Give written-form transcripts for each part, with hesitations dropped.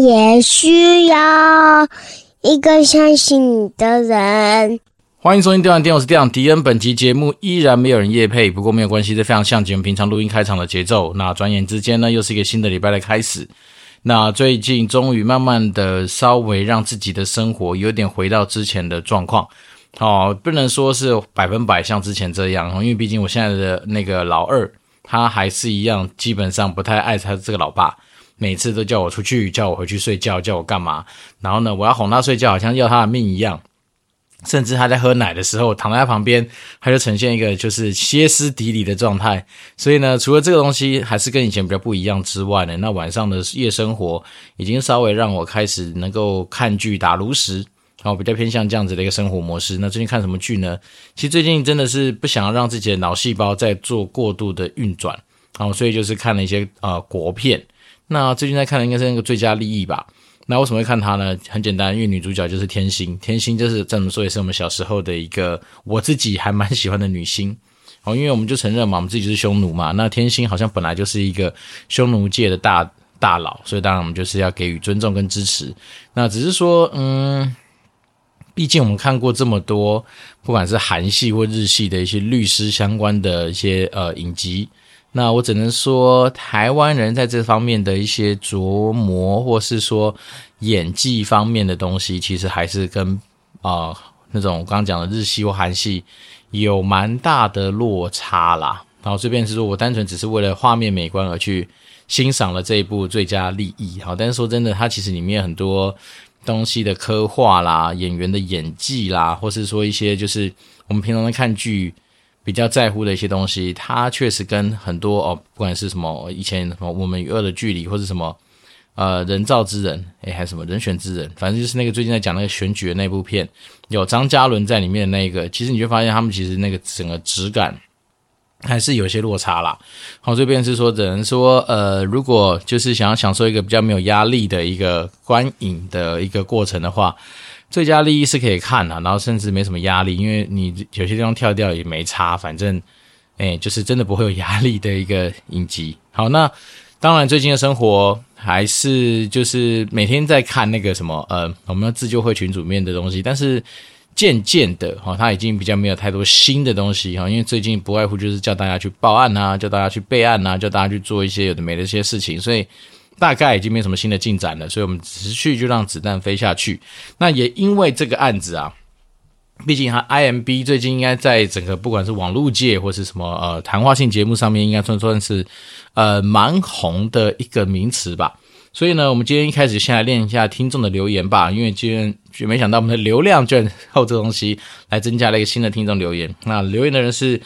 也需要一个相信你的人。 欢迎收听电玩店，我是店长迪恩。本集节目依然没有人业配，不过没有关系，这非常像我们平常录音开场的节奏。那转眼之间呢，又是一个新的礼拜的开始。那最近终于慢慢的稍微让自己的生活有点回到之前的状况。不能说是100%像之前这样，因为毕竟我现在的那个老二，他还是一样，基本上不太爱他这个老爸，每次都叫我出去，叫我回去睡觉，叫我干嘛，然后呢，我要哄他睡觉，好像要他的命一样。甚至他在喝奶的时候，躺在他旁边，他就呈现一个就是歇斯底里的状态。所以呢，除了这个东西还是跟以前比较不一样之外呢，那晚上的夜生活已经稍微让我开始能够看剧打炉石，比较偏向这样子的一个生活模式。那最近看什么剧呢？其实最近真的是不想要让自己的脑细胞再做过度的运转，所以就是看了一些国片。那最近在看的应该是那个最佳利益吧。那为什么会看她呢？很简单，因为女主角就是天心。天心就是这么说也是我们小时候的一个我自己还蛮喜欢的女星。因为我们就承认嘛，我们自己就是匈奴嘛。那天心好像本来就是一个匈奴界的大佬，所以当然我们就是要给予尊重跟支持。那只是说毕竟我们看过这么多不管是韩系或日系的一些律师相关的一些影集，那我只能说台湾人在这方面的一些琢磨或是说演技方面的东西，其实还是跟那种我刚刚讲的日系或韩系有蛮大的落差啦。然后这边是说我单纯只是为了画面美观而去欣赏了这一部最佳利益。但是说真的，它其实里面很多东西的刻画啦，演员的演技啦，或是说一些就是我们平常在看剧比较在乎的一些东西，它确实跟很多不管是什么以前什么我们与恶的距离，或是什么人造之人，还是什么人选之人，反正就是那个最近在讲那个选举的那部片，有张嘉伦在里面的那个，其实你就发现他们其实那个整个质感还是有些落差啦。这边是说只能说如果就是想要享受一个比较没有压力的一个观影的一个过程的话，最佳利益是可以看然后甚至没什么压力，因为你有些地方跳掉也没差，反正就是真的不会有压力的一个影集。好，那当然最近的生活还是就是每天在看那个什么我们自救会群组面的东西，但是渐渐的它已经比较没有太多新的东西因为最近不外乎就是叫大家去报案啊，叫大家去备案啊，叫大家去做一些有的没的一些事情，所以大概已经没什么新的进展了，所以我们持续就让子弹飞下去。那也因为这个案子啊，毕竟它 IMB 最近应该在整个不管是网络界或是什么谈话性节目上面应该算是蛮红的一个名词吧。所以呢，我们今天一开始先来练一下听众的留言吧，因为今天就没想到我们的流量居然靠这个东西来增加了一个新的听众留言。那留言的人是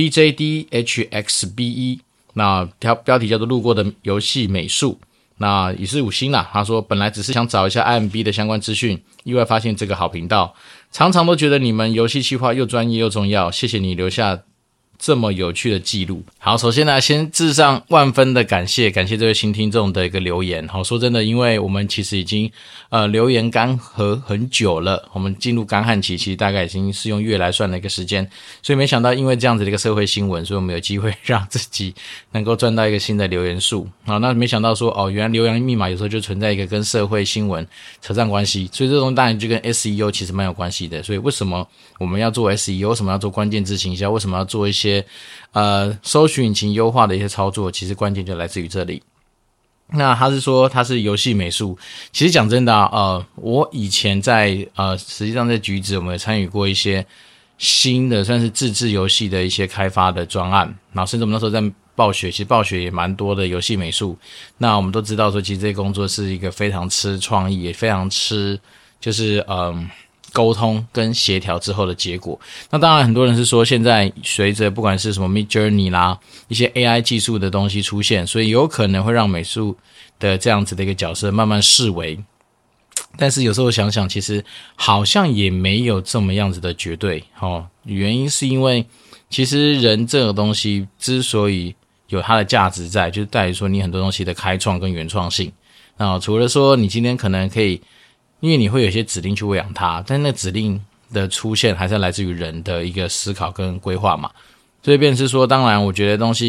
VJDHXBE， 那标题叫做路过的游戏美术，那也是5星啦。他说本来只是想找一下 IMB 的相关资讯，意外发现这个好频道，常常都觉得你们游戏企划又专业又重要，谢谢你留下这么有趣的记录。好，首先呢，先致上万分的感谢这位新听众的一个留言。好，说真的，因为我们其实已经留言干涸很久了，我们进入干旱期，其实大概已经是用月来算的一个时间，所以没想到因为这样子的一个社会新闻，所以我们有机会让自己能够赚到一个新的留言数。好，那没想到说原来留言密码有时候就存在一个跟社会新闻扯上关系，所以这种当然就跟 SEO 其实蛮有关系的。所以为什么我们要做 SEO， 为什么要做关键字行销，为什么要做一些搜寻引擎优化的一些操作，其实关键就来自于这里。那他是说他是游戏美术，其实讲真的我以前在实际上在橘子我们也参与过一些新的算是自制游戏的一些开发的专案，然后甚至我们那时候在暴雪，其实暴雪也蛮多的游戏美术。那我们都知道说其实这个工作是一个非常吃创意，也非常吃就是沟通跟协调之后的结果。那当然很多人是说现在随着不管是什么 Midjourney 啦，一些 AI 技术的东西出现，所以有可能会让美术的这样子的一个角色慢慢式微。但是有时候想想其实好像也没有这么样子的绝对原因是因为其实人这个东西之所以有它的价值在，就是在于说你很多东西的开创跟原创性。那除了说你今天可能可以因为你会有一些指令去喂养它，但那指令的出现还是来自于人的一个思考跟规划嘛。所以便是说当然我觉得东西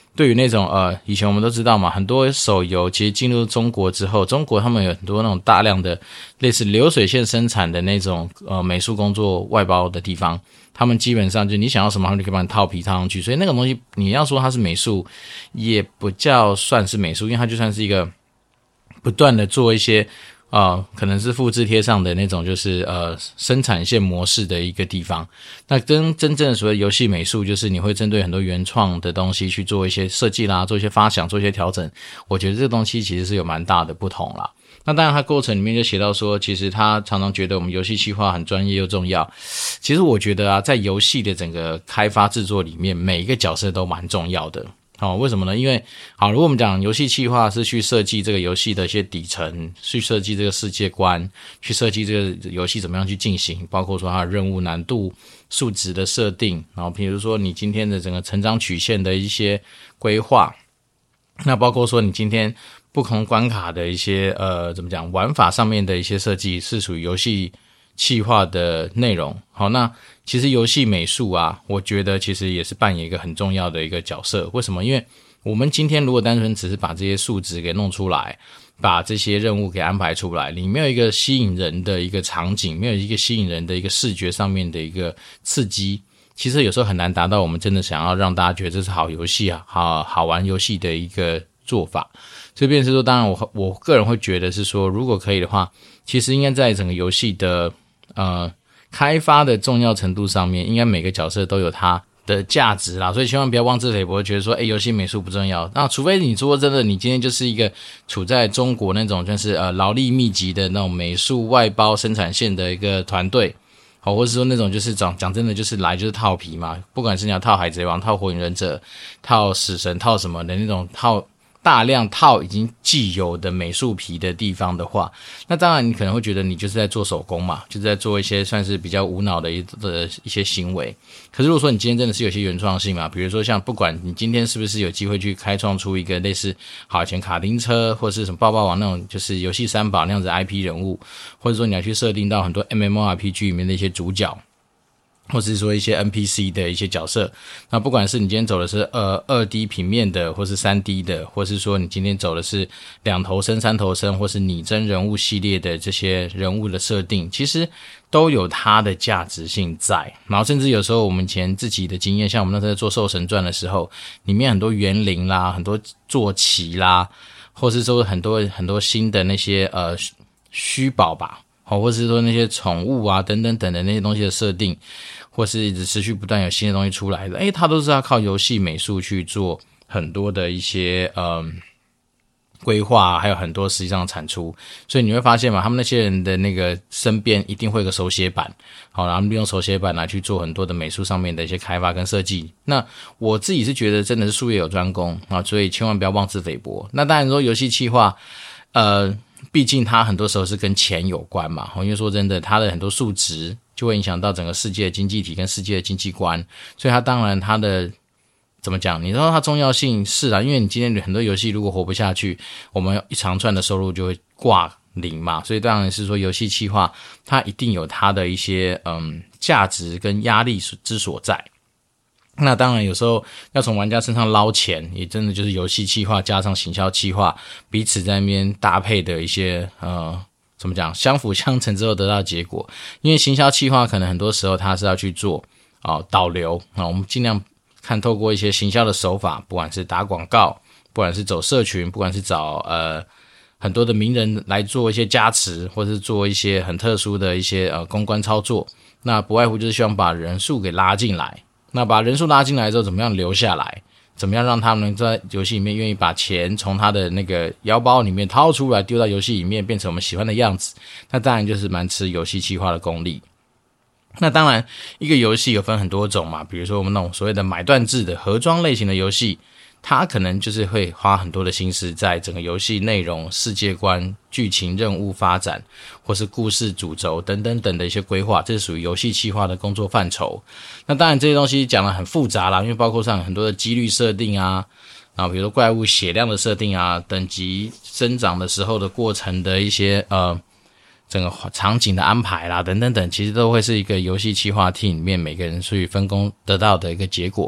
对于那种以前我们都知道嘛，很多手游其实进入中国之后，中国他们有很多那种大量的类似流水线生产的那种美术工作外包的地方，他们基本上就你想要什么，他们就可以帮你套皮套上去，所以那个东西你要说它是美术，也不叫算是美术，因为它就算是一个不断的做一些可能是复制贴上的那种，就是生产线模式的一个地方。那跟真正的所谓游戏美术，就是你会针对很多原创的东西去做一些设计啦，做一些发想，做一些调整。我觉得这个东西其实是有蛮大的不同啦。那当然它过程里面就写到说，其实他常常觉得我们游戏企划很专业又重要。其实我觉得啊，在游戏的整个开发制作里面，每一个角色都蛮重要的。为什么呢？因为如果我们讲游戏企划是去设计这个游戏的一些底层，去设计这个世界观，去设计这个游戏怎么样去进行，包括说它的任务难度、数值的设定，然后比如说你今天的整个成长曲线的一些规划，那包括说你今天不同关卡的一些怎么讲玩法上面的一些设计，是属于游戏企划的内容。好，那其实游戏美术啊，我觉得其实也是扮演一个很重要的一个角色。为什么？因为我们今天如果单纯只是把这些数值给弄出来，把这些任务给安排出来，你没有一个吸引人的一个场景，没有一个吸引人的一个视觉上面的一个刺激，其实有时候很难达到我们真的想要让大家觉得这是好游戏啊，好玩游戏的一个做法。所以变成说，当然我个人会觉得是说，如果可以的话，其实应该在整个游戏的开发的重要程度上面，应该每个角色都有它的价值啦，所以千万不要妄自菲薄，觉得说游戏美术不重要。那除非你说真的，你今天就是一个处在中国那种就是劳力密集的那种美术外包生产线的一个团队，或者说那种就是讲真的就是来就是套皮嘛，不管是你要套海贼王、套火影忍者、套死神、套什么的那种大量套已经既有的美术皮的地方的话，那当然你可能会觉得你就是在做手工嘛，就是在做一些算是比较无脑的一些行为。可是如果说你今天真的是有些原创性嘛，比如说像不管你今天是不是有机会去开创出一个类似以前卡丁车或是什么爆爆王那种就是游戏三宝那样子 IP 人物，或者说你要去设定到很多 MMORPG 里面的一些主角，或是说一些 NPC 的一些角色，那不管是你今天走的是2D 平面的，或是 3D 的，或是说你今天走的是2头身、3头身，或是拟真人物系列的这些人物的设定，其实都有它的价值性在。然后甚至有时候我们以前自己的经验，像我们那时候在做兽神传的时候，里面很多园林啦，很多坐骑啦，或是说很多新的那些虚宝吧，或是说那些宠物啊等等等的那些东西的设定，或是一直持续不断有新的东西出来的，它都是要靠游戏美术去做很多的一些规划，还有很多实际上的产出。所以你会发现嘛，他们那些人的那个身边一定会有个手写板，然后利用手写板来去做很多的美术上面的一些开发跟设计。那我自己是觉得真的是术业有专攻啊，所以千万不要妄自菲薄。那当然说游戏企划毕竟它很多时候是跟钱有关嘛，因为说真的，它的很多数值就会影响到整个世界的经济体跟世界的经济观，所以它当然它的怎么讲？你说它重要性是啊，因为你今天很多游戏如果活不下去，我们一长串的收入就会挂零嘛，所以当然是说游戏企划它一定有它的一些价值跟压力之所在。那当然有时候要从玩家身上捞钱，也真的就是游戏企划加上行销企划彼此在那边搭配的一些怎么讲相辅相成之后得到的结果。因为行销企划可能很多时候它是要去做导流我们尽量看透过一些行销的手法，不管是打广告，不管是走社群，不管是找很多的名人来做一些加持，或是做一些很特殊的一些公关操作，那不外乎就是希望把人数给拉进来。那把人数拉进来之后，怎么样留下来？怎么样让他们在游戏里面愿意把钱从他的那个腰包里面掏出来，丢到游戏里面，变成我们喜欢的样子？那当然就是蛮吃游戏企划的功力。那当然，一个游戏有分很多种嘛，比如说我们那种所谓的买断制的盒装类型的游戏，它可能就是会花很多的心思在整个游戏内容、世界观、剧情、任务发展，或是故事主轴等等等的一些规划，这是属于游戏企划的工作范畴。那当然这些东西讲得很复杂啦，因为包括上很多的几率设定啊，然后比如说怪物血量的设定啊，等级增长的时候的过程的一些整个场景的安排啦，等等等，其实都会是一个游戏企划 team 里面每个人去分工得到的一个结果。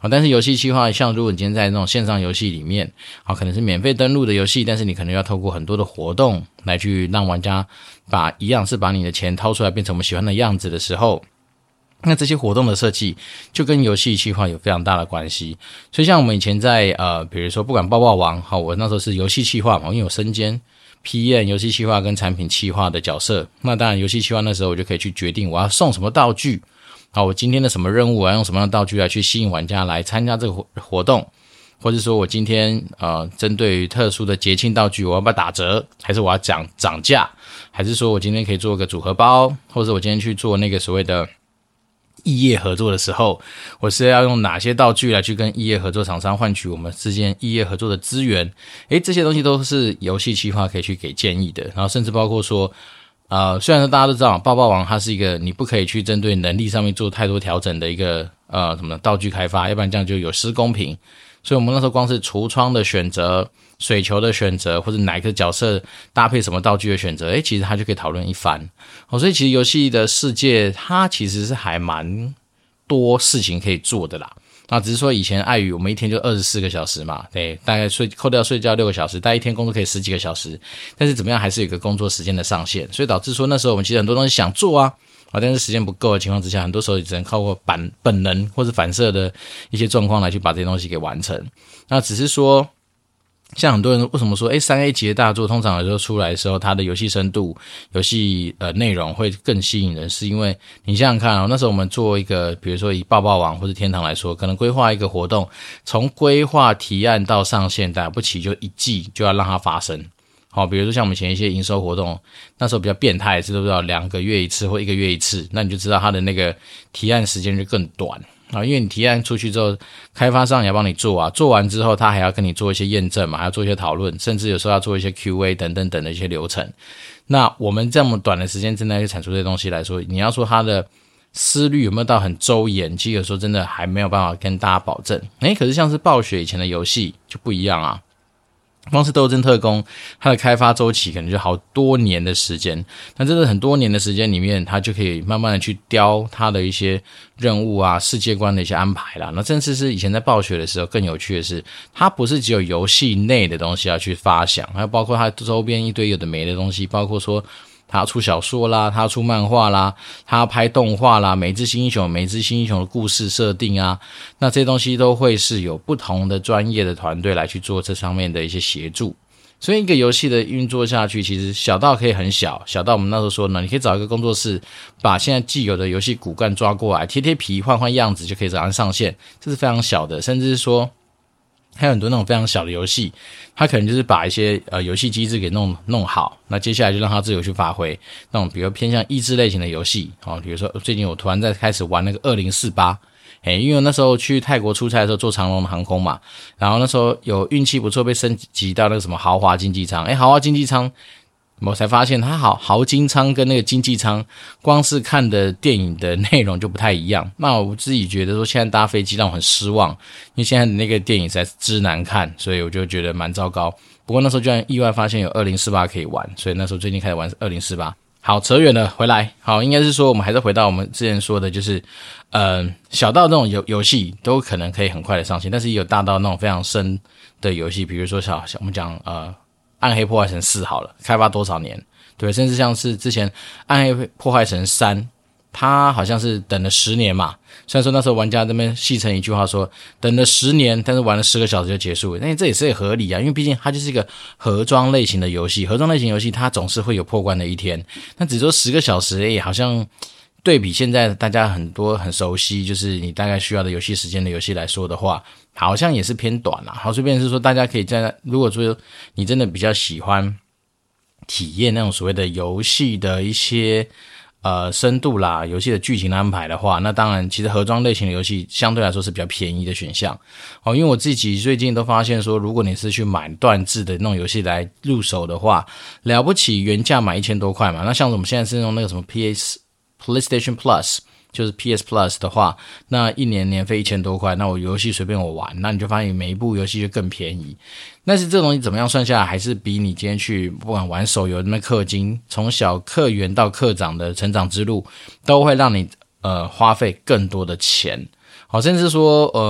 但是游戏企划像如果你今天在那种线上游戏里面可能是免费登录的游戏，但是你可能要透过很多的活动来去让玩家把你的钱掏出来变成我们喜欢的样子的时候，那这些活动的设计就跟游戏企划有非常大的关系。所以像我们以前在比如说不管爆爆王我那时候是游戏企划因为我身兼 PM 游戏企划跟产品企划的角色，那当然游戏企划那时候我就可以去决定我要送什么道具我今天的什么任务我要用什么样的道具来去吸引玩家来参加这个活动，或者说我今天针对于特殊的节庆道具我要不要打折，还是我要涨价，还是说我今天可以做个组合包，或者我今天去做那个所谓的异业合作的时候，我是要用哪些道具来去跟异业合作厂商换取我们之间异业合作的资源，这些东西都是游戏企划可以去给建议的。然后甚至包括说虽然说大家都知道爆爆王它是一个你不可以去针对能力上面做太多调整的一个什么道具开发，要不然这样就有失公平。所以我们那时候光是橱窗的选择、水球的选择，或者哪一个角色搭配什么道具的选择，其实它就可以讨论一番。所以其实游戏的世界它其实是还蛮多事情可以做的啦。那只是说以前碍于我们一天就24个小时嘛，对，大概扣掉睡觉6个小时，大概一天工作可以10几个小时，但是怎么样还是有一个工作时间的上限，所以导致说那时候我们其实很多东西想做但是时间不够的情况之下，很多时候只能靠过本能或是反射的一些状况来去把这些东西给完成。那只是说像很多人为什么说3A 级的大作通常有时候出来的时候它的游戏深度、游戏内容会更吸引人，是因为你想想看那时候我们做一个比如说以爆爆王或是天堂来说，可能规划一个活动，从规划提案到上线打不起就一季就要让它发生。比如说像我们以前一些营收活动，那时候比较变态，知不知道2个月一次或1个月一次，那你就知道它的那个提案时间就更短因为你提案出去之后，开发商也要帮你做做完之后他还要跟你做一些验证嘛，还要做一些讨论，甚至有时候要做一些 QA 等等等的一些流程。那我们这么短的时间之内去产出这些东西来说，你要说它的思虑有没有到很周延，其实有时候真的还没有办法跟大家保证。可是像是暴雪以前的游戏就不一样光是斗争特工它的开发周期可能就好多年的时间，那这个很多年的时间里面，它就可以慢慢的去雕它的一些任务世界观的一些安排啦。那甚至是以前在暴雪的时候更有趣的是，它不是只有游戏内的东西要去发想，还有包括它周边一堆有的没的东西，包括说他要出小说啦，他要出漫画啦，他要拍动画啦，每只新英雄的故事设定那这些东西都会是有不同的专业的团队来去做这上面的一些协助。所以一个游戏的运作下去，其实小到可以很小到我们那时候说呢，你可以找一个工作室把现在既有的游戏骨干抓过来，贴皮换样子就可以早上上线，这是非常小的。甚至是说还有很多那种非常小的游戏，它可能就是把一些游戏机制给弄好，那接下来就让它自由去发挥。那种比如偏向益智类型的游戏比如说最近我突然在开始玩那个2048，因为我那时候去泰国出差的时候坐长荣的航空嘛，然后那时候有运气不错被升级到那个什么豪华经济舱，豪华经济舱我才发现它豪金舱跟那个经济舱光是看的电影的内容就不太一样。那我自己觉得说现在搭飞机让我很失望，因为现在的那个电影实在是之难看，所以我就觉得蛮糟糕。不过那时候居然意外发现有2048可以玩，所以那时候最近开始玩2048。好，扯远了，回来。好，应该是说我们还是回到我们之前说的，就是小到那种游戏都可能可以很快的上线，但是也有大到那种非常深的游戏，比如说像我们讲暗黑破坏神4好了，开发多少年？对，甚至像是之前暗黑破坏神3，它好像是等了10年嘛。虽然说那时候玩家这边戏称一句话说等了10年，但是玩了10个小时就结束了，但这也是合理因为毕竟它就是一个盒装类型的游戏，盒装类型游戏它总是会有破关的一天。那只说10个小时好像对比现在大家很多很熟悉，就是你大概需要的游戏时间的游戏来说的话，好像也是偏短啦。好，随便是说大家可以在如果说你真的比较喜欢体验那种所谓的游戏的一些深度啦，游戏的剧情的安排的话，那当然其实盒装类型的游戏相对来说是比较便宜的选项因为我自己最近都发现说，如果你是去买断制的那种游戏来入手的话，了不起原价买1000多块嘛，那像我们现在是用那个什么 PlayStation Plus， 就是 PS Plus 的话，那一年年费1000多块，那我游戏随便我玩，那你就发现每一部游戏就更便宜。但是这东西怎么样算下来，还是比你今天去不管玩手游那边氪金，从小氪元到氪长的成长之路，都会让你花费更多的钱。好，甚至说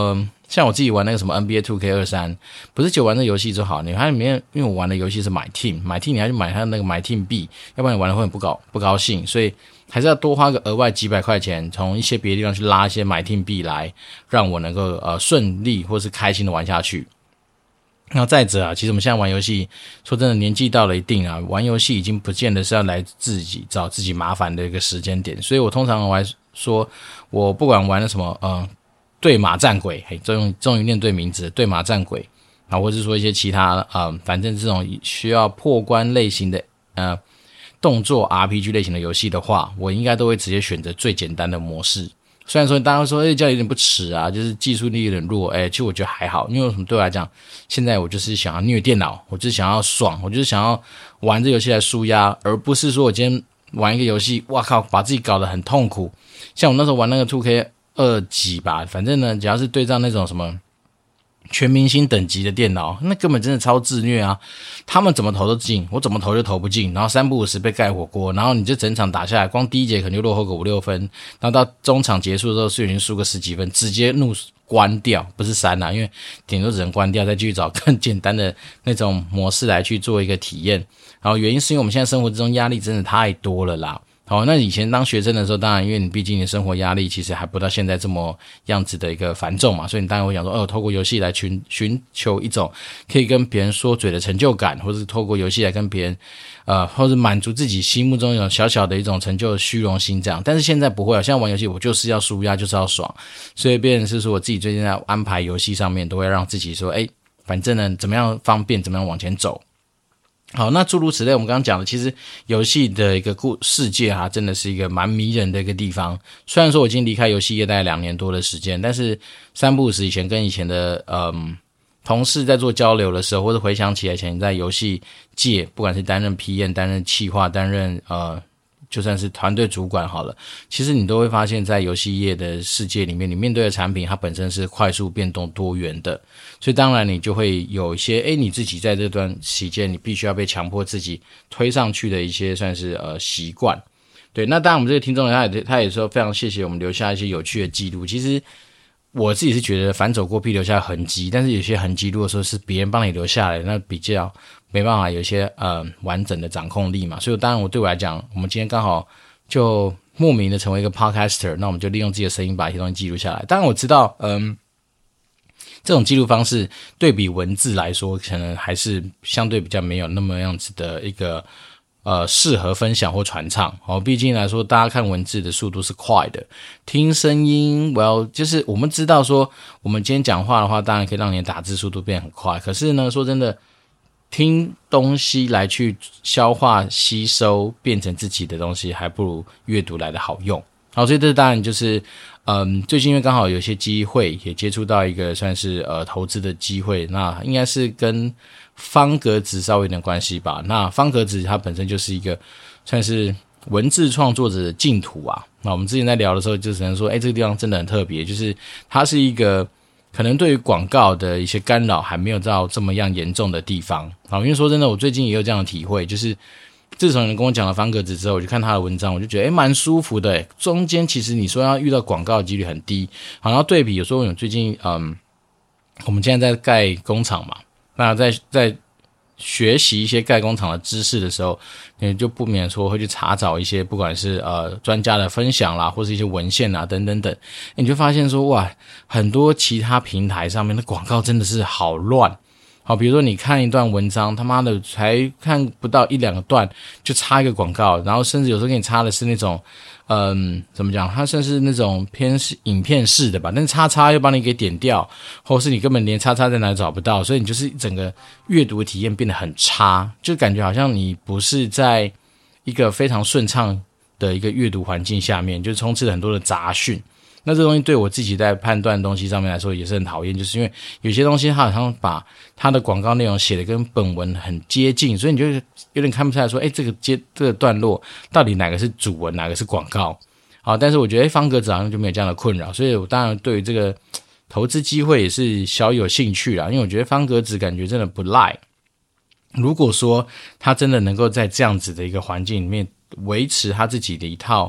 像我自己玩那个什么 NBA 2K23，不是就玩那游戏就好，你还里面因为我玩的游戏是买 team 你还去买它那个买 team 币，要不然你玩的会很不高兴，所以还是要多花个额外几百块钱，从一些别的地方去拉一些买 team 币来，让我能够顺利或是开心的玩下去。然后再者啊，其实我们现在玩游戏，说真的，年纪到了一定啊，玩游戏已经不见得是要来自己找自己麻烦的一个时间点，所以我通常说，我不管玩了什么对马战鬼，终于念对名字，对马战鬼啊，或是说一些其他反正这种需要破关类型的动作 RPG 类型的游戏的话，我应该都会直接选择最简单的模式。虽然说大家会说这样有点不耻啊，就是技术力有点弱，其实我觉得还好，因为为什么对我来讲，现在我就是想要虐电脑，我就是想要爽，我就是想要玩这游戏来抒压，而不是说我今天玩一个游戏，哇靠，把自己搞得很痛苦。像我那时候玩那个 2K2 级吧，反正呢，只要是对上那种什么全明星等级的电脑，那根本真的超自虐啊！他们怎么投都进，我怎么投就投不进，然后3不5时被盖火锅，然后你就整场打下来，光第一节可能就落后个5-6分，然后到中场结束的时候是已经输个10几分，直接怒关掉，不是删啊，因为顶多只能关掉，再继续找更简单的那种模式来去做一个体验。然后原因是因为我们现在生活之中压力真的太多了啦。好，那以前当学生的时候，当然因为你毕竟你生活压力其实还不到现在这么样子的一个繁重嘛，所以你当然会想说，透过游戏来寻求一种可以跟别人说嘴的成就感，或者是透过游戏来跟别人或者满足自己心目中一种小小的一种成就的虚荣心这样。但是现在不会啊，现在玩游戏我就是要抒压，就是要爽，所以变成是说我自己最近在安排游戏上面都会让自己说，反正呢怎么样方便怎么样往前走。好，那诸如此类，我们刚刚讲的，其实游戏的一个世界啊，真的是一个蛮迷人的一个地方。虽然说我已经离开游戏业大概2年多的时间，但是3不5时以前跟以前的同事在做交流的时候，或者回想起来以前在游戏界，不管是担任 PM、担任企划、担任就算是团队主管好了，其实你都会发现在游戏业的世界里面，你面对的产品它本身是快速变动多元的，所以当然你就会有一些你自己在这段期间你必须要被强迫自己推上去的一些算是习惯。对，那当然我们这个听众他也说非常谢谢我们留下一些有趣的记录。其实我自己是觉得反走过必留下痕迹，但是有些痕迹如果说是别人帮你留下来，那比较没办法有一些完整的掌控力嘛。所以当然对我来讲，我们今天刚好就莫名的成为一个 podcaster， 那我们就利用自己的声音把一些东西记录下来。当然我知道这种记录方式对比文字来说可能还是相对比较没有那么样子的一个适合分享或传唱。毕竟来说大家看文字的速度是快的，听声音就是我们知道说我们今天讲话的话当然可以让你的打字速度变很快，可是呢说真的听东西来去消化吸收变成自己的东西还不如阅读来的好用。好，所以这当然就是最近因为刚好有些机会也接触到一个算是投资的机会，那应该是跟方格子稍微有点关系吧。那方格子它本身就是一个算是文字创作者的净土啊。那我们之前在聊的时候就只能说这个地方真的很特别，就是它是一个可能对于广告的一些干扰还没有到这么样严重的地方。好，因为说真的我最近也有这样的体会，就是自从有人跟我讲了方格子之后，我就看他的文章，我就觉得蛮舒服的。中间其实你说要遇到广告的几率很低。好，然后对比有时候最近我们现在在盖工厂嘛，那在学习一些盖工厂的知识的时候，你就不免说会去查找一些不管是专家的分享啦，或是一些文献啦等等等，你就发现说哇，很多其他平台上面的广告真的是好乱。好，比如说你看一段文章，他妈的才看不到1-2个段就插一个广告，然后甚至有时候给你插的是那种怎么讲，它算是那种偏影片式的吧，但是叉又帮你给点掉，或是你根本连叉在哪里找不到，所以你就是整个阅读的体验变得很差，就感觉好像你不是在一个非常顺畅的一个阅读环境下面，就充斥了很多的杂讯。那这东西对我自己在判断的东西上面来说也是很讨厌，就是因为有些东西它好像把它的广告内容写得跟本文很接近，所以你就有点看不出来说这个段落到底哪个是主文哪个是广告。好，但是我觉得方格子好像就没有这样的困扰，所以我当然对于这个投资机会也是小有兴趣啦，因为我觉得方格子感觉真的不赖。如果说他真的能够在这样子的一个环境里面维持他自己的一套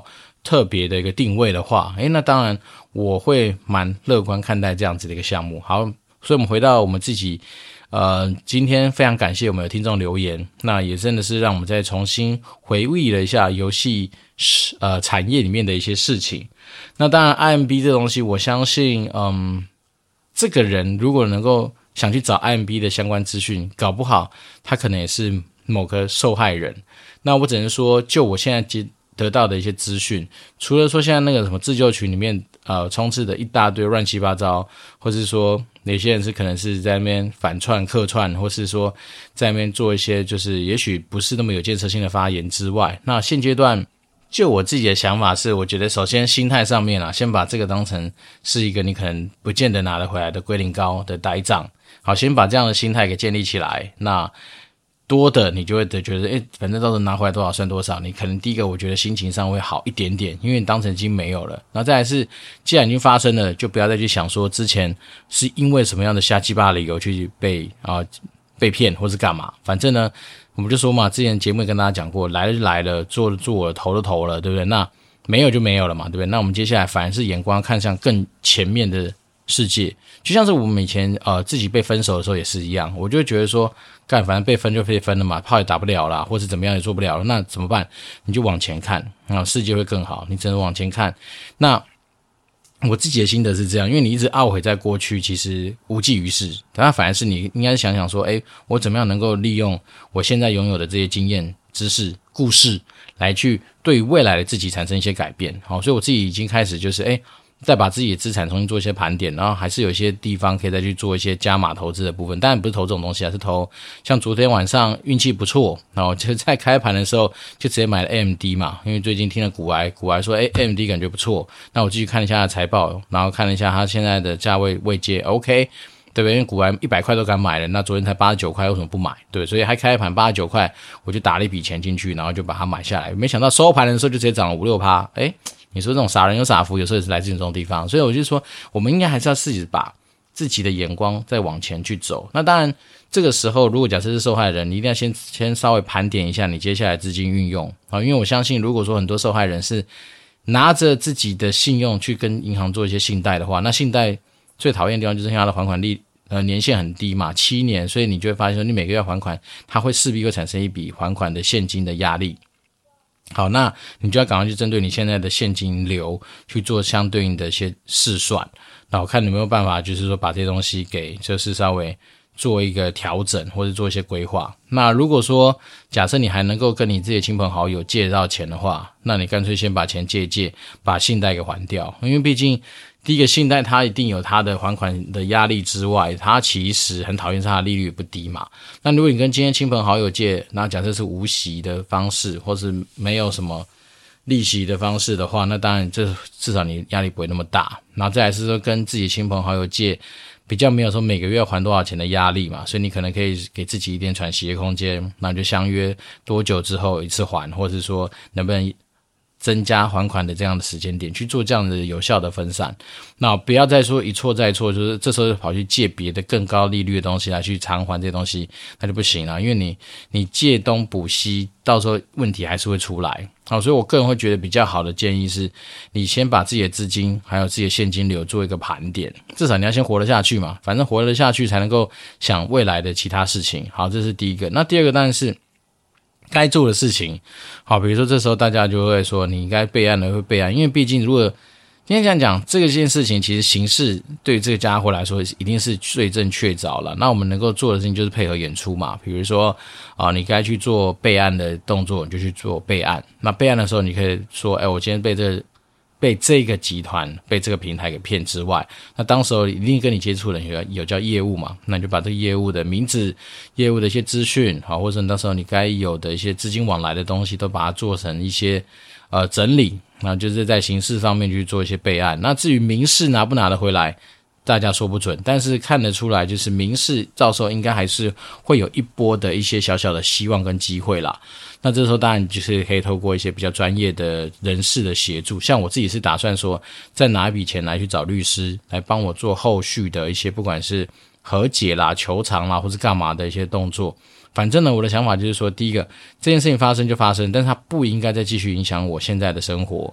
特别的一个定位的话，那当然我会蛮乐观看待这样子的一个项目。好，所以我们回到我们自己今天非常感谢我们的听众留言，那也真的是让我们再重新回忆了一下游戏产业里面的一些事情。那当然 IMB 这东西我相信这个人如果能够想去找 IMB 的相关资讯，搞不好他可能也是某个受害人。那我只能说就我现在得到的一些资讯，除了说现在那个什么自救群里面充斥的一大堆乱七八糟，或是说有些人是可能是在那边反串客串，或是说在那边做一些就是也许不是那么有建设性的发言之外，那现阶段就我自己的想法是，我觉得首先心态上面先把这个当成是一个你可能不见得拿得回来的龟苓膏的呆账，好，先把这样的心态给建立起来。那多的你就会觉得反正到时候拿回来多少算多少，你可能第一个我觉得心情上会好一点点，因为你当成已经没有了。然后再来是既然已经发生了，就不要再去想说之前是因为什么样的瞎鸡巴的理由去被骗或是干嘛。反正呢我们就说嘛，之前节目也跟大家讲过，来了就来了，做了做了，投了投了，对不对？那没有就没有了嘛，对不对？那我们接下来反而是眼光看向更前面的世界，就像是我们以前自己被分手的时候也是一样，我就会觉得说干，反正被分就被分了嘛，炮也打不了啦，或是怎么样也做不了了，那怎么办？你就往前看，世界会更好，你只能往前看。那我自己的心得是这样，因为你一直懊悔在过去，其实无济于事。但反而是你应该想想说，我怎么样能够利用我现在拥有的这些经验、知识、故事，来去对未来的自己产生一些改变。好，所以我自己已经开始就是再把自己的资产重新做一些盘点，然后还是有一些地方可以再去做一些加码投资的部分。当然不是投这种东西，是投像昨天晚上运气不错，然后就在开盘的时候就直接买了 AMD 嘛，因为最近听了股癌说AMD 感觉不错，那我继续看一下它的财报，然后看了一下它现在的价位位阶 OK， 对不对？因为股癌100块都敢买了，那昨天才89块，为什么不买？对，所以还开盘89块，我就打了一笔钱进去，然后就把它买下来。没想到收盘的时候就直接涨了5-6%，你说这种傻人有傻福，有时候也是来自于这种地方，所以我就说，我们应该还是要自己把自己的眼光再往前去走。那当然，这个时候如果假设是受害人，你一定要先稍微盘点一下你接下来资金运用啊，因为我相信，如果说很多受害人是拿着自己的信用去跟银行做一些信贷的话，那信贷最讨厌的地方就是因为它的还款利年限很低嘛，7年，所以你就会发现说，你每个月还款，它会势必会产生一笔还款的现金的压力。好，那你就要赶快去针对你现在的现金流去做相对应的一些试算，然后看你有没有办法就是说把这些东西给就是稍微做一个调整或者做一些规划。那如果说假设你还能够跟你自己的亲朋好友借到钱的话，那你干脆先把钱借一借，把信贷给还掉，因为毕竟第一个信贷它一定有它的还款的压力之外，它其实很讨厌它的利率也不低嘛。那如果你跟今天亲朋好友借，那假设是无息的方式，或是没有什么利息的方式的话，那当然这至少你压力不会那么大。然后再来是说跟自己亲朋好友借，比较没有说每个月要还多少钱的压力嘛，所以你可能可以给自己一点喘息的空间，那就相约多久之后一次还，或者是说能不能增加还款的这样的时间点去做这样的有效的分散。那不要再说一错再错，就是这时候跑去借别的更高利率的东西来去偿还这些东西，那就不行了，因为你借东补西，到时候问题还是会出来。好，所以我个人会觉得比较好的建议是，你先把自己的资金还有自己的现金流做一个盘点，至少你要先活得下去嘛，反正活得下去才能够想未来的其他事情。好，这是第一个。那第二个当然是该做的事情。好，比如说这时候大家就会说你应该备案了，会备案，因为毕竟如果今天这样讲，这件事情其实形式对这个家伙来说一定是罪证确凿了。那我们能够做的事情就是配合演出嘛，比如说你该去做备案的动作，你就去做备案。那备案的时候，你可以说，我今天被这个集团被这个平台给骗之外，那当时候一定跟你接触的人有叫业务嘛，那你就把这个业务的名字、业务的一些资讯，好，或者到时候你该有的一些资金往来的东西，都把它做成一些整理，那就是在形式上面去做一些备案。那至于民事拿不拿得回来，大家说不准，但是看得出来，就是民事到时候应该还是会有一波的一些小小的希望跟机会啦。那这时候当然就是可以透过一些比较专业的人士的协助，像我自己是打算说再拿一笔钱来去找律师来帮我做后续的一些不管是和解啦、求偿啦或是干嘛的一些动作。反正呢，我的想法就是说，第一个，这件事情发生就发生，但是它不应该再继续影响我现在的生活。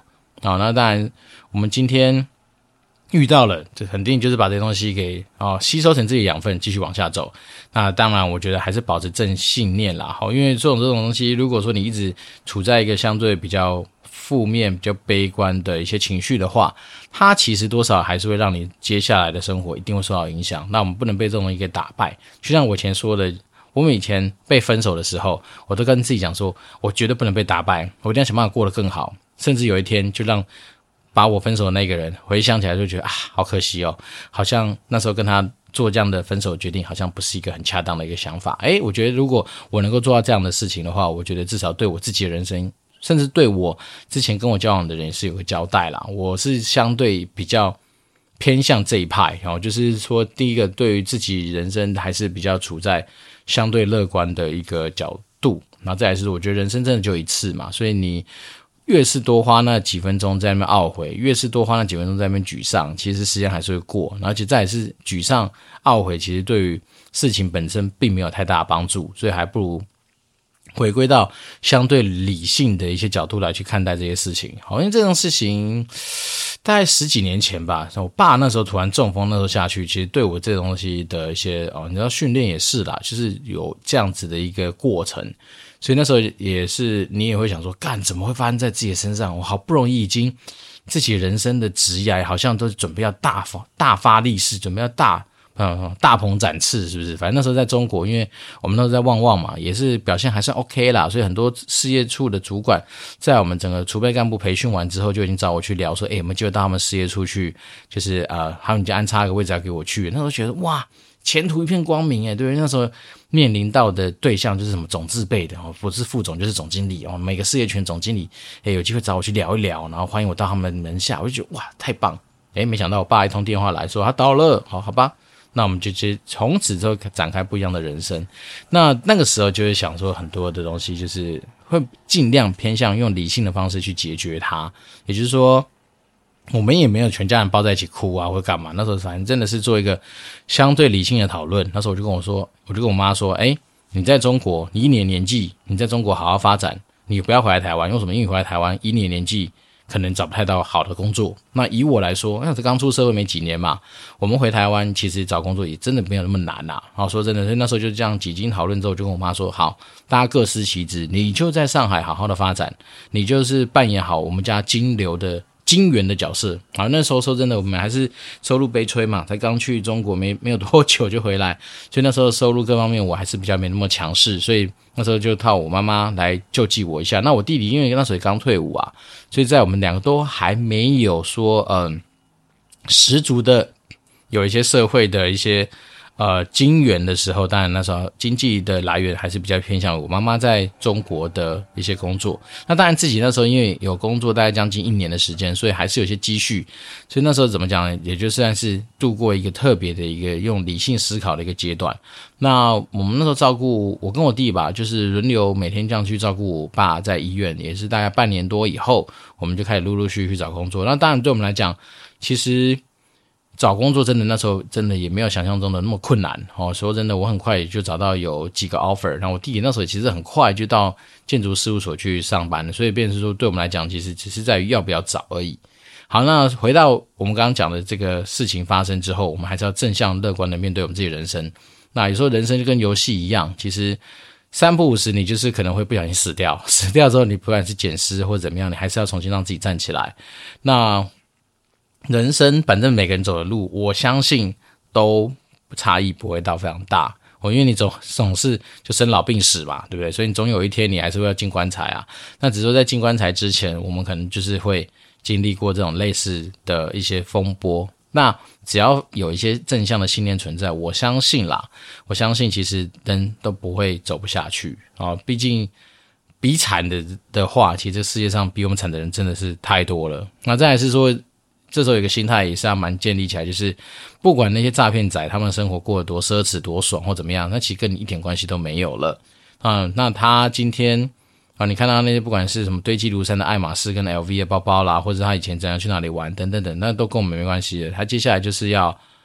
那当然我们今天遇到了，这肯定就是把这些东西给吸收成自己的养分，继续往下走。那当然我觉得还是保持正信念啦，因为这种东西，如果说你一直处在一个相对比较负面、比较悲观的一些情绪的话，它其实多少还是会让你接下来的生活一定会受到影响。那我们不能被这种东西给打败。就像我以前说的，我们以前被分手的时候，我都跟自己讲说，我绝对不能被打败，我一定要想办法过得更好，甚至有一天就让把我分手的那个人回想起来就觉得好可惜哦，好像那时候跟他做这样的分手决定好像不是一个很恰当的一个想法。我觉得如果我能够做到这样的事情的话，我觉得至少对我自己的人生，甚至对我之前跟我交往的人是有个交代啦。我是相对比较偏向这一派，就是说第一个对于自己人生还是比较处在相对乐观的一个角度，然后再来是我觉得人生真的就一次嘛，所以你越是多花那几分钟在那边懊悔，越是多花那几分钟在那边沮丧，其实时间还是会过，而且再来是沮丧懊悔，其实对于事情本身并没有太大的帮助，所以还不如回归到相对理性的一些角度来去看待这些事情。因为这种事情大概10几年前吧，我爸那时候突然中风，那时候下去，其实对我这东西的一些你知道训练也是啦，就是有这样子的一个过程。所以那时候也是你也会想说，怎么会发生在自己的身上？我好不容易已经自己人生的职业好像都准备要大发利市，准备要大鹏展翅，是不是？反正那时候在中国，因为我们那时候在旺旺嘛，也是表现还算 OK 啦，所以很多事业处的主管在我们整个储备干部培训完之后，就已经找我去聊说，有没有机会到他们事业处去，就是他们就安插一个位置要给我去。那时候觉得哇，前途一片光明对不对？那时候面临到的对象就是什么总字辈的不是副总就是总经理每个事业群总经理有机会找我去聊一聊，然后欢迎我到他们门下，我就觉得哇太棒。没想到我爸一通电话来说他到了，好吧，那我们就从此之后展开不一样的人生。那个时候就会想说，很多的东西就是会尽量偏向用理性的方式去解决它，也就是说我们也没有全家人抱在一起哭或干嘛，那时候反正真的是做一个相对理性的讨论。那时候我就跟我妈说，你在中国，你1年年纪，你在中国好好发展，你不要回来台湾。为什么？因为回来台湾1年年纪可能找不太到好的工作。那以我来说，这刚出社会没几年嘛，我们回台湾其实找工作也真的没有那么难啦。说真的，所以那时候就这样几经讨论之后，就跟我妈说，好，大家各司其职，你就在上海好好的发展，你就是扮演好我们家金援的角色。那时候说真的，我们还是收入悲催嘛，才刚去中国没有多久就回来，所以那时候收入各方面我还是比较没那么强势，所以那时候就靠我妈妈来救济我一下。那我弟弟因为那时候也刚退伍所以在我们两个都还没有说十足的有一些社会的一些金援的时候，当然那时候经济的来源还是比较偏向我妈妈在中国的一些工作。那当然自己那时候因为有工作大概将近1年的时间，所以还是有些积蓄，所以那时候怎么讲呢，也就算是度过一个特别的一个用理性思考的一个阶段。那我们那时候照顾我跟我弟吧，就是轮流每天这样去照顾我爸在医院，也是大概半年多以后，我们就开始陆陆续续去找工作。那当然对我们来讲，其实找工作真的那时候真的也没有想象中的那么困难说真的，我很快也就找到有几个 offer， 然后我弟弟那时候其实很快就到建筑事务所去上班了，所以变成说对我们来讲其实只是在于要不要找而已。好，那回到我们刚刚讲的这个事情发生之后，我们还是要正向乐观的面对我们自己的人生。那有时候人生就跟游戏一样，其实3不5时你就是可能会不小心死掉之后，你不管是捡尸或者怎么样，你还是要重新让自己站起来。那人生反正每个人走的路，我相信都差异不会到非常大因为你总是就生老病死嘛，对不对？所以你总有一天你还是会要进棺材那只是说在进棺材之前，我们可能就是会经历过这种类似的一些风波。那只要有一些正向的信念存在，我相信其实人都不会走不下去毕竟比惨的话，其实这世界上比我们惨的人真的是太多了。那再来是说，这时候有一个心态也是要蛮建立起来，就是不管那些诈骗仔他们生活过得多奢侈多爽或怎么样，那其实跟你一点关系都没有了那他今天你看到那些不管是什么堆积如山的爱马仕跟 LV 的包包啦，或者他以前怎样去哪里玩等等等，那都跟我们没关系的。他接下来就是要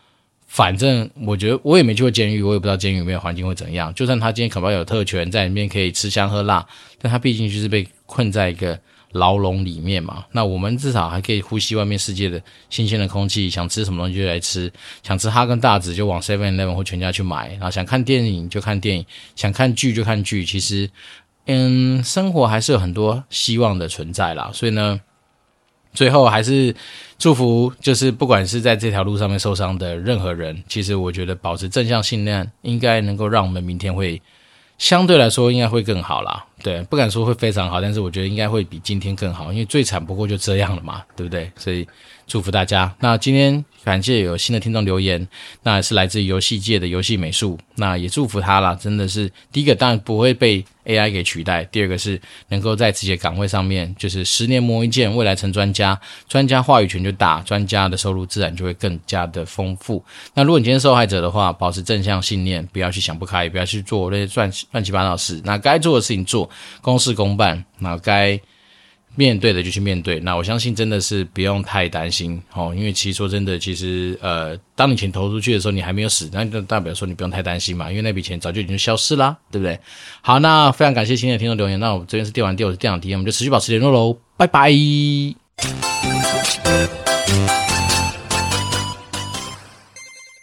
反正我觉得我也没去过监狱，我也不知道监狱里面的环境会怎样。就算他今天可能有特权，在里面可以吃香喝辣，但他毕竟就是被困在一个牢笼里面嘛。那我们至少还可以呼吸外面世界的新鲜的空气，想吃什么东西就来吃，想吃哈根达斯就往 7-Eleven 或全家去买，然后想看电影就看电影，想看剧就看剧。其实生活还是有很多希望的存在啦。所以呢，最后还是祝福，就是不管是在这条路上面受伤的任何人，其实我觉得保持正向信念应该能够让我们明天会相对来说应该会更好啦。对，不敢说会非常好，但是我觉得应该会比今天更好，因为最惨不过就这样了嘛，对不对？所以祝福大家。那今天感谢有新的听众留言，那是来自于游戏界的游戏美术，那也祝福他啦，真的是第一个当然不会被 AI 给取代，第二个是能够在自己的岗位上面就是10年磨一剑，未来成专家，专家话语权就大，专家的收入自然就会更加的丰富。那如果你今天受害者的话，保持正向信念，不要去想不开，不要去做那些乱七八糟的事，那该做的事情做，公事公办，那该面对的就去面对。那我相信真的是不用太担心因为其实说真的，其实当你钱投出去的时候你还没有死，那就代表说你不用太担心嘛，因为那笔钱早就已经消失啦，对不对？好，那非常感谢新的听众留言，那我这边是电玩店，我是店长 DM，我们就持续保持联络咯，拜拜。